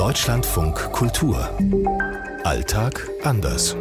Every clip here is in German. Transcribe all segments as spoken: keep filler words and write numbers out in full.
Deutschlandfunk Kultur. Alltag anders.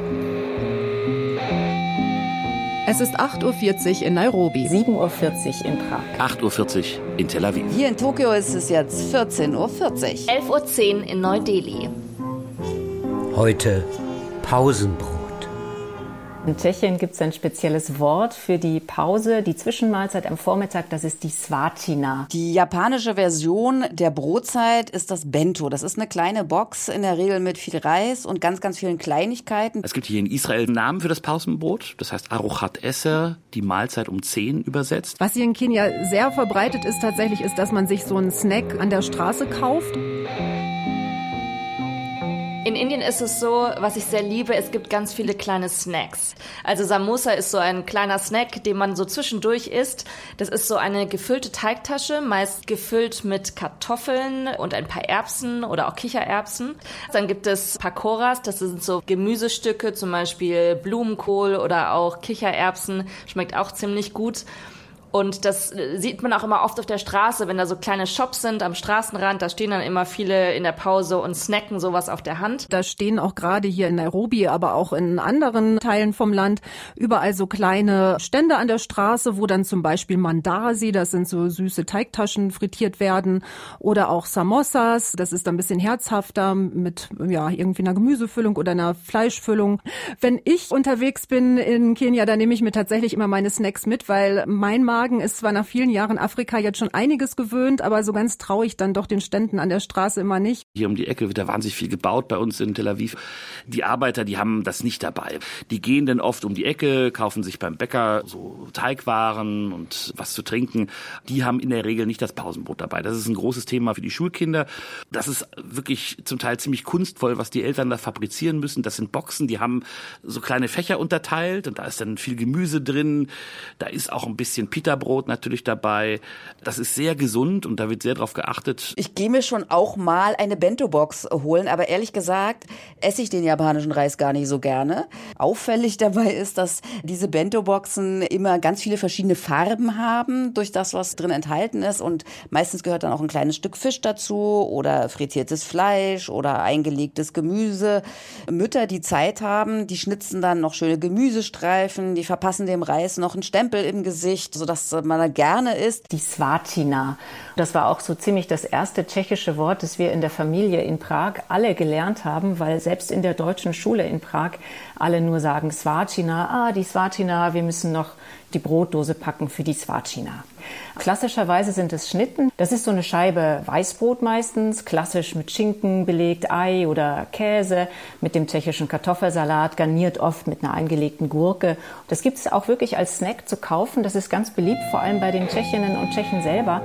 Es ist acht Uhr vierzig in Nairobi. sieben Uhr vierzig in Prag. acht Uhr vierzig in Tel Aviv. Hier in Tokio ist es jetzt vierzehn Uhr vierzig. elf Uhr zehn in Neu-Delhi. Heute Pausenbrot. In Tschechien gibt es ein spezielles Wort für die Pause, die Zwischenmahlzeit am Vormittag, das ist die Svačina. Die japanische Version der Brotzeit ist das Bento. Das ist eine kleine Box, in der Regel mit viel Reis und ganz, ganz vielen Kleinigkeiten. Es gibt hier in Israel einen Namen für das Pausenbrot, das heißt Arochat Esser, die Mahlzeit um zehn übersetzt. Was hier in Kenia sehr verbreitet ist tatsächlich, ist, dass man sich so einen Snack an der Straße kauft. In Indien ist es so, was ich sehr liebe, es gibt ganz viele kleine Snacks. Also Samosa ist so ein kleiner Snack, den man so zwischendurch isst. Das ist so eine gefüllte Teigtasche, meist gefüllt mit Kartoffeln und ein paar Erbsen oder auch Kichererbsen. Dann gibt es Pakoras, das sind so Gemüsestücke, zum Beispiel Blumenkohl oder auch Kichererbsen, schmeckt auch ziemlich gut. Und das sieht man auch immer oft auf der Straße, wenn da so kleine Shops sind am Straßenrand, da stehen dann immer viele in der Pause und snacken sowas auf der Hand. Da stehen auch gerade hier in Nairobi, aber auch in anderen Teilen vom Land überall so kleine Stände an der Straße, wo dann zum Beispiel Mandasi, das sind so süße Teigtaschen, frittiert werden, oder auch Samosas, das ist dann ein bisschen herzhafter mit ja irgendwie einer Gemüsefüllung oder einer Fleischfüllung. Wenn ich unterwegs bin in Kenia, dann nehme ich mir tatsächlich immer meine Snacks mit, weil mein Magen ist zwar nach vielen Jahren Afrika jetzt schon einiges gewöhnt, aber so ganz traue ich dann doch den Ständen an der Straße immer nicht. Hier um die Ecke wird da wahnsinnig viel gebaut bei uns in Tel Aviv. Die Arbeiter, die haben das nicht dabei. Die gehen dann oft um die Ecke, kaufen sich beim Bäcker so Teigwaren und was zu trinken. Die haben in der Regel nicht das Pausenbrot dabei. Das ist ein großes Thema für die Schulkinder. Das ist wirklich zum Teil ziemlich kunstvoll, was die Eltern da fabrizieren müssen. Das sind Boxen, die haben so kleine Fächer unterteilt und da ist dann viel Gemüse drin. Da ist auch ein bisschen Pita Brot natürlich dabei. Das ist sehr gesund und da wird sehr drauf geachtet. Ich gehe mir schon auch mal eine Bento-Box holen, aber ehrlich gesagt esse ich den japanischen Reis gar nicht so gerne. Auffällig dabei ist, dass diese Bento-Boxen immer ganz viele verschiedene Farben haben durch das, was drin enthalten ist, und meistens gehört dann auch ein kleines Stück Fisch dazu oder frittiertes Fleisch oder eingelegtes Gemüse. Mütter, die Zeit haben, die schnitzen dann noch schöne Gemüsestreifen, die verpassen dem Reis noch einen Stempel im Gesicht, sodass man da gerne isst. Die Svačina. Das war auch so ziemlich das erste tschechische Wort, das wir in der Familie in Prag alle gelernt haben, weil selbst in der deutschen Schule in Prag alle nur sagen Svačina, ah, die Svačina, wir müssen noch die Brotdose packen für die Svačina. Klassischerweise sind es Schnitten. Das ist so eine Scheibe Weißbrot meistens, klassisch mit Schinken belegt, Ei oder Käse, mit dem tschechischen Kartoffelsalat, garniert oft mit einer eingelegten Gurke. Das gibt es auch wirklich als Snack zu kaufen. Das ist ganz beliebt, vor allem bei den Tschechinnen und Tschechen selber.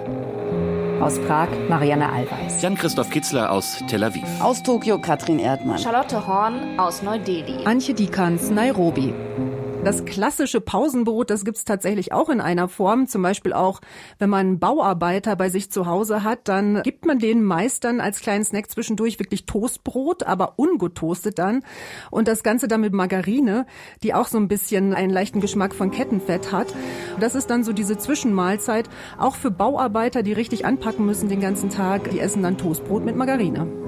Aus Prag, Marianne Allweis. Jan-Christoph Kitzler aus Tel Aviv. Aus Tokio, Katrin Erdmann. Charlotte Horn aus Neu-Delhi. Antje Dikans, Nairobi. Das klassische Pausenbrot, das gibt's tatsächlich auch in einer Form. Zum Beispiel auch, wenn man einen Bauarbeiter bei sich zu Hause hat, dann gibt man denen meist dann als kleinen Snack zwischendurch wirklich Toastbrot, aber ungetoastet dann. Und das Ganze dann mit Margarine, die auch so ein bisschen einen leichten Geschmack von Kettenfett hat. Das ist dann so diese Zwischenmahlzeit. Auch für Bauarbeiter, die richtig anpacken müssen den ganzen Tag, die essen dann Toastbrot mit Margarine.